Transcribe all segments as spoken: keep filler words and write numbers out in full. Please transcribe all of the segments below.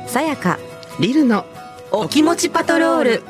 さやかリルのお気持ちパトロール。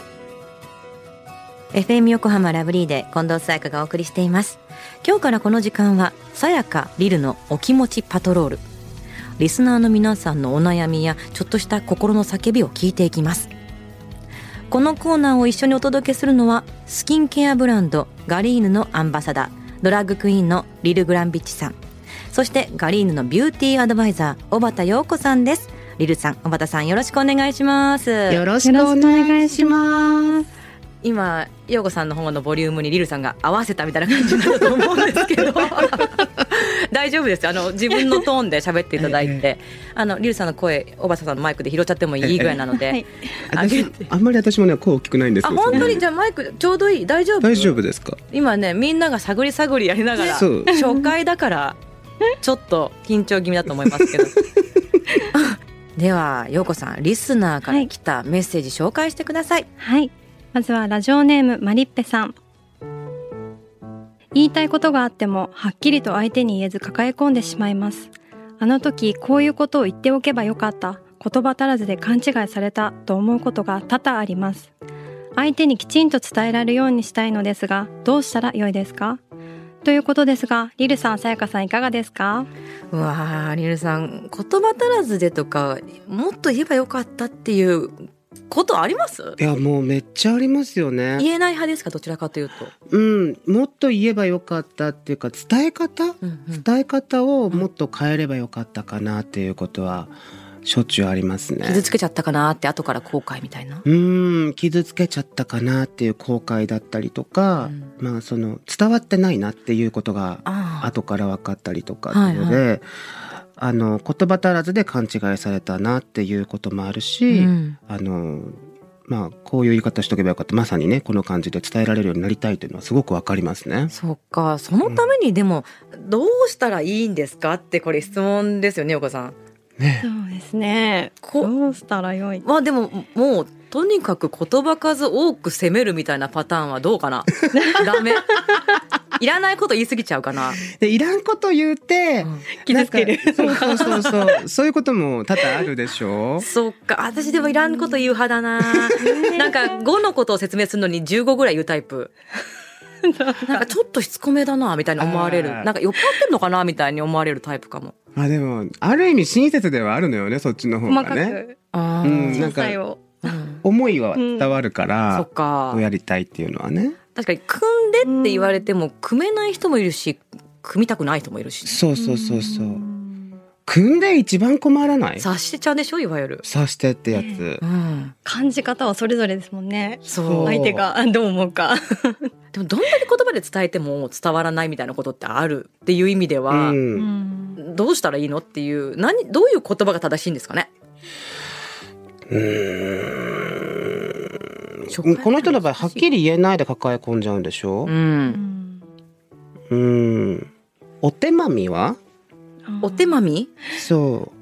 エフエム 横浜ラブリーで近藤さやかがお送りしています。今日からこの時間はさやかリルのお気持ちパトロール。リスナーの皆さんのお悩みやちょっとした心の叫びを聞いていきます。このコーナーを一緒にお届けするのはスキンケアブランドガリーヌのアンバサダー、ドラッグクイーンのリル・グランビッチさん、そしてガリーヌのビューティーアドバイザー小畑陽子さんです。リルさん、小畑さん、よろしくお願いします。 よろしくお願いします。 今陽子さんの方のボリュームにリルさんが合わせたみたいな感じになると思うんですけど大丈夫です。あの自分のトーンで喋っていただいて、ええ、あのリルさんの声小畑さんのマイクで拾っちゃってもいいぐらいなので、ええはい、 あ, あんまり私もね声大きくないんですよ。 あ、本当に？じゃあマイクちょうどいい？大丈夫？ 大丈夫ですか？ 今ねみんなが探り探りやりながら初回だからちょっと緊張気味だと思いますけどでは陽子さん、リスナーから来たメッセージ紹介してください。 はい、まずはラジオネームマリッペさん。言いたいことがあってもはっきりと相手に言えず抱え込んでしまいます。あの時こういうことを言っておけばよかった、言葉足らずで勘違いされたと思うことが多々あります。相手にきちんと伝えられるようにしたいのですが、どうしたらよいですか？ということですが、リルさん、さやかさん、いかがですか？ うわー、リルさん、言葉足らずでとかもっと言えばよかったっていうことあります？ いや、もうめっちゃありますよね。 言えない派ですか？どちらかというと。 うん、もっと言えばよかったっていうか、伝え方、うんうん、伝え方をもっと変えればよかったかなっていうことはしょっちゅうありますね。 傷つけちゃったかなって後から後悔みたいな。 うーん、傷つけちゃったかなっていう後悔だったりとか、うん、まあその伝わってないなっていうことが後から分かったりとかっていうので、はいはい、あの言葉足らずで勘違いされたなっていうこともあるし、うん、あのまあこういう言い方しとけばよかった、まさにねこの感じで伝えられるようになりたいというのはすごく分かりますね。 そっか、そのためにでも、うん、どうしたらいいんですかってこれ質問ですよね、お子さん。 ね、 そうですね。どうしたらよい？ まあでももうとにかく言葉数多く責めるみたいなパターンはどうかなダメいらないこと言い過ぎちゃうかな。 でいらんこと言うて、うん、 傷つける。 そうそうそうそうそういうことも多々あるでしょ。 そっか、私でもいらんこと言う派だななんかごのことを説明するのにじゅうごぐらい言うタイプなんかちょっとしつこめだなみたいに思われる、なんか酔っ払ってるのかなみたいに思われるタイプかも。 あ、でもある意味親切ではあるのよね、そっちの方がね。 あ、 うん、なんか思いは伝わるから、うん、 そっか、 やりたいっていうのはね。 確かに組んでって言われても組めない人もいるし、組みたくない人もいるし、ね、 そうそうそうそう、組んで一番困らない？ 察してちゃうでしょ、いわゆる察してってやつ、えーうん、感じ方はそれぞれですもんね。 そう、 相手がどう思うかでもどんだけ言葉で伝えても伝わらないみたいなことってあるっていう意味では、うん、どうしたらいいのっていう、何どういう言葉が正しいんですかね。 うーん、この人の場合はっきり言えないで抱え込んじゃうんでしょ。うん、うーん、お手まみは？ お手まみ？ そう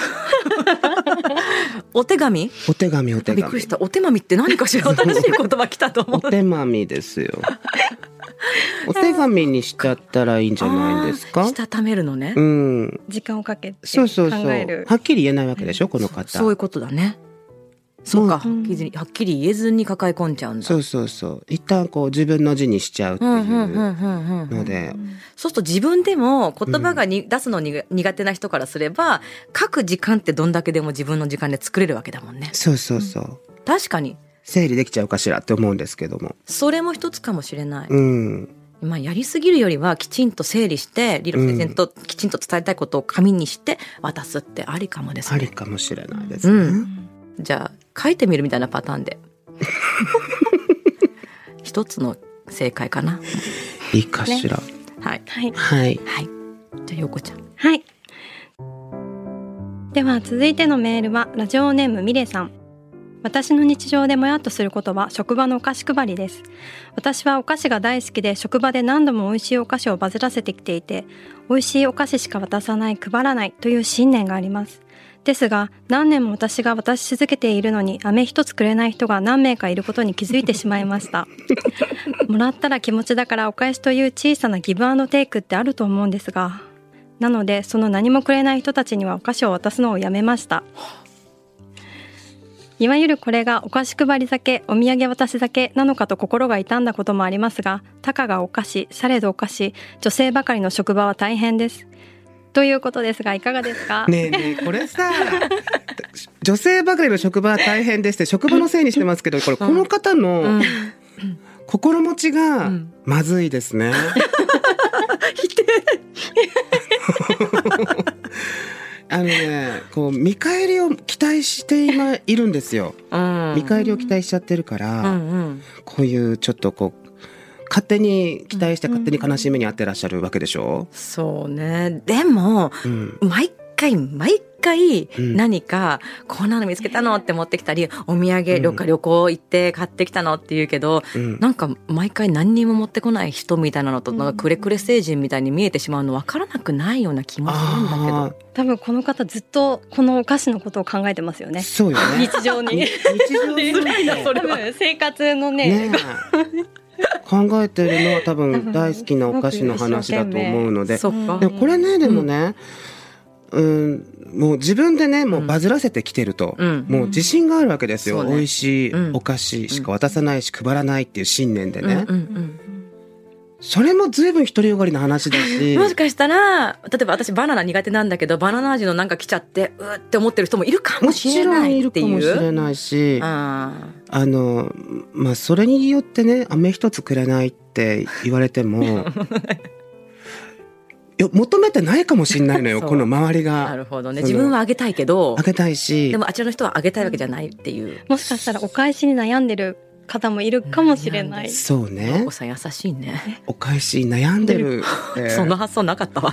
お手紙？お手紙お手紙。 びっくりした。お手まみって何かしら新しい言葉来たと思う。 お手まみですよお手紙にしちゃったらいいんじゃないんですか。 したためるのね、 うん、 時間をかけて考える。 そうそうそう、はっきり言えないわけでしょ、この方。 そ, そういうことだね。そうか、うん、はっきり言えずに抱え込んじゃうんだ。 そうそうそう、一旦こう自分の字にしちゃうっていうので、 そうすると自分でも言葉がに、うん、出すのに苦手な人からすれば、書く時間ってどんだけでも自分の時間で作れるわけだもんね。 そうそうそう、うん、 確かに整理できちゃうかしらって思うんですけども、 それも一つかもしれない、 うん、 まあ、やりすぎるよりはきちんと整理してリロ先生ときちんと伝えたいことを紙にして渡すってありかもですね。 ありかもしれないですね、うん、 じゃあ書いてみるみたいなパターンで一つの正解かな。 いいかしら、ね、 はいはいはい、はい、じゃあ陽子ちゃん。 はい、では続いてのメールはラジオネームミレさん。私の日常でもやっとすることは職場のお菓子配りです。私はお菓子が大好きで、職場で何度も美味しいお菓子をバズらせてきていて、美味しいお菓子しか渡さない、配らないという信念があります。ですが、何年も私が渡し続けているのに飴一つくれない人が何名かいることに気づいてしまいましたもらったら気持ちだからお返しという小さなギブアンドテイクってあると思うんですが、なのでその何もくれない人たちにはお菓子を渡すのをやめました。 いわゆるこれがお菓子配り酒、お土産渡し酒なのかと心が痛んだこともありますが、たかがお菓子、されどお菓子、女性ばかりの職場は大変です。ということですがいかがですか？ ねえねえこれさ女性ばかりの職場は大変ですって職場のせいにしてますけど、これこの方の心持ちがまずいですね。 否定あのね、こう見返りを期待して今いるんですよ、うん、見返りを期待しちゃってるから、うんうん、こういうちょっとこう勝手に期待して勝手に悲しみに遭ってらっしゃるわけでしょ、うん、 そうね。でも、うん、毎回毎回何かこんなの見つけたのって持ってきたり、お土産旅行旅行行って買ってきたのって言うけど、うん、なんか毎回何にも持ってこない人みたいなのとなんかくれくれ星人みたいに見えてしまうの分からなくないような気もするんだけど、 多分この方ずっとこのお菓子のことを考えてますよね。 そうよね。 日常に日常に辛いなそれは。生活のね、 ね考えてるのは多分大好きなお菓子の話だと思うので、でもこれねでもね、うん、もう自分でねもうバズらせてきてると、うん、もう自信があるわけですよ、うん、美味しいお菓子しか渡さないし配らないっていう信念でね、うんうんうん、それも随分独りよがりな話だし、 もしかしたら例えば私バナナ苦手なんだけどバナナ味のなんか来ちゃってうーって思ってる人もいるかもしれないっていう、 もちろんいるかもしれないし、ああのまあそれによってね飴一つくれないって言われてもいや求めてないかもしれないのよこの周りが。 なるほどね。自分はあげたいけどあげたいし、 でもあちらの人はあげたいわけじゃないっていう、 もしかしたらお返しに悩んでる方もいるかもしれない。 そうね。 お子さん優しいね。 お返し悩んでる、 えー、その発想なかったわ。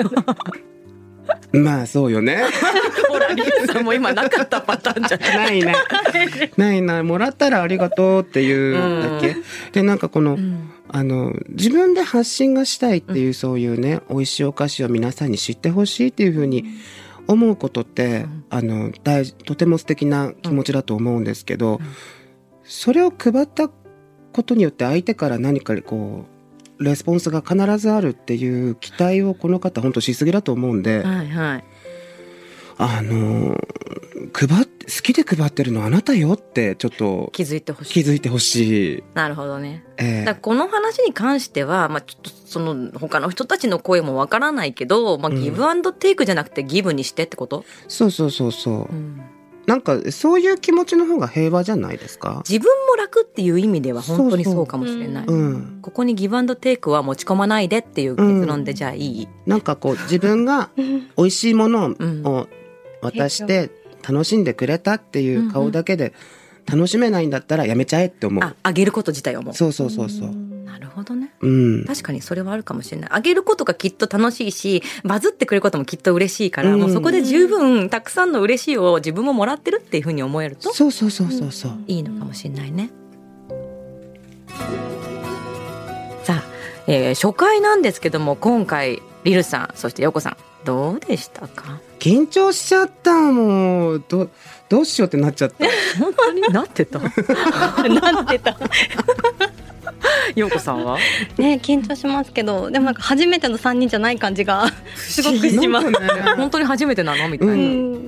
まあそうよね。 ほらリュウさんも今なかったパターンじゃない。 ないないないない、もらったらありがとうっていうだけ、うん、でなんかこの、うん、あの自分で発信がしたいっていう、うん、そういうね美味しいお菓子を皆さんに知ってほしいっていう風に思うことって、うん、あの大とても素敵な気持ちだと思うんですけど、うん、それを配ったことによって相手から何かこうレスポンスが必ずあるっていう期待をこの方本当しすぎだと思うんで、はいはい、あの配って好きで配ってるのあなたよってちょっと気づいてほしい。 気づいてほしい。 なるほどね、えー、だからこの話に関しては、まあ、ちょっとその他の人たちの声もわからないけど、まあ、ギブアンドテイクじゃなくてギブにしてってこと、うん、 そうそうそうそう、うん、なんかそういう気持ちの方が平和じゃないですか。 自分も楽っていう意味では本当にそうかもしれない。そうそう、うん、ここにギブアンドテイクは持ち込まないでっていう結論でじゃあいい、 うん、なんかこう自分が美味しいものを渡して楽しんでくれたっていう顔だけで楽しめないんだったらやめちゃえって思う。 あ、あげること自体はもう。 そうそうそうそう。 なるほどね、 うん、 確かにそれはあるかもしれない。あげることがきっと楽しいしバズってくれることもきっと嬉しいから、うん、もうそこで十分たくさんの嬉しいを自分ももらってるっていうふうに思えると、 そうそうそうそうそう、 いいのかもしれないね。さあ、えー、初回なんですけども今回リルさんそしてヨコさんどうでしたか？ 緊張しちゃった。もう ど, どうしようってなっちゃった。 本当になってたなってたヨコさんはね、緊張しますけどでもなんか初めてのさんにんじゃない感じがすごくします、ね、 本当に初めてなのみたいな、うん、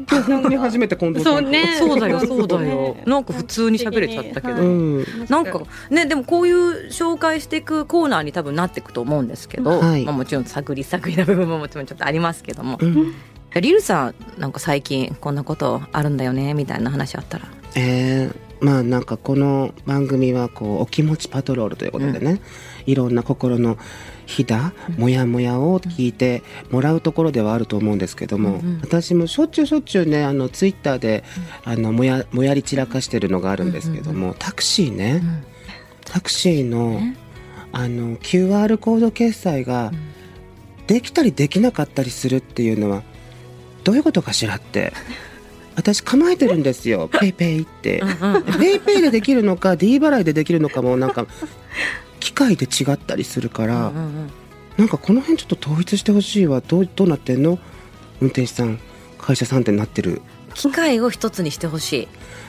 本当に初めて近藤さんそうね、 そうだよそうだよ、なんか普通に喋れちゃったけど、うん、なんかねでもこういう紹介していくコーナーに多分なっていくと思うんですけど、はい、まあ、もちろん探り探りな部分ももちろんちょっとありますけども、うん、リルさんなんか最近こんなことあるんだよねみたいな話あったら。 えーまあなんかこの番組はこうお気持ちパトロールということでね、うん、いろんな心のひだもやもやを聞いてもらうところではあると思うんですけども、うんうん、私もしょっちゅうしょっちゅうねあのツイッターで、うん、あのもやもやり散らかしてるのがあるんですけども、うんうんうん、タクシーね、うん、タクシーの、ね、あの キューアール コード決済ができたりできなかったりするっていうのはどういうことかしらって私構えてるんですよ。ペイペイって、うんうん、ペイペイでできるのか D 払いでできるのかもなんか機械で違ったりするから、うんうんうん、なんかこの辺ちょっと統一してほしいわ。どう、どうなってんの運転手さん会社さんってなってる。 機械を一つにしてほしい。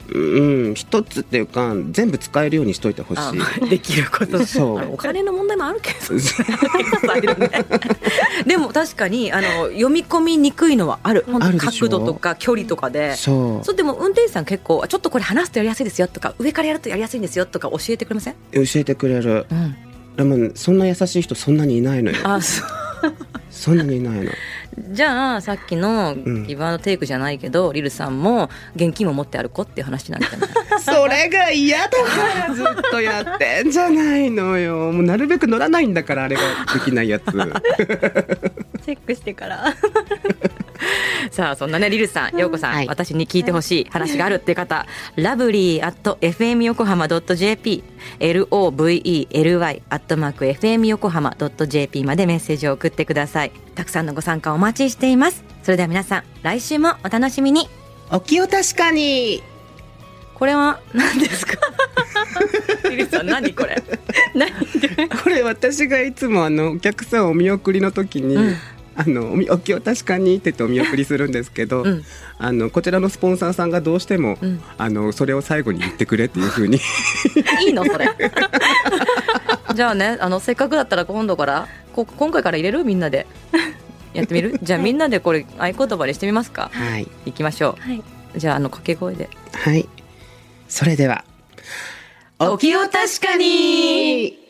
うん、一つっていうか全部使えるようにしといてほしい。 できることそうお金の問題もあるけどねでも確かにあの読み込みにくいのはある。本当に角度とか距離とかで、 そうそうでも運転手さん結構ちょっとこれ離すとやりやすいですよとか上からやるとやりやすいんですよとか教えてくれません？ 教えてくれる、うん、でもそんな優しい人そんなにいないのよ。 あ、そうそんなにいないの。 じゃあさっきのギブアンドテイクじゃないけど、うん、リルさんも現金も持って歩こうっていう話なんじゃない？ それが嫌だからずっとやってんじゃないのよ。もうなるべく乗らないんだから、あれができないやつチェックしてからさあそんなねリルさん、陽子さん、はい、私に聞いてほしい話があるっていう方、ラブリー アット エフエム 横浜 ドット ジェーピー ラブリー アットマーク エフエム 横浜 ドット ジェーピー までメッセージを送ってください。たくさんのご参加お待ちしています。それでは皆さん来週もお楽しみに。 お気を確かに。 これは何ですか？リルさん何これ何これ私がいつもあのお客さんお見送りの時に、うん、あの お, お気を確かにって言ってお見送りするんですけど、うん、あのこちらのスポンサーさんがどうしても、うん、あのそれを最後に言ってくれっていう風にいいのそれじゃあね、あのせっかくだったら今度からこ今回から入れるみんなでやってみるじゃあみんなでこれ合言葉にしてみますか。 はい、 行きましょう、はい、じゃああの掛け声で。 はい、それではお気を確かに。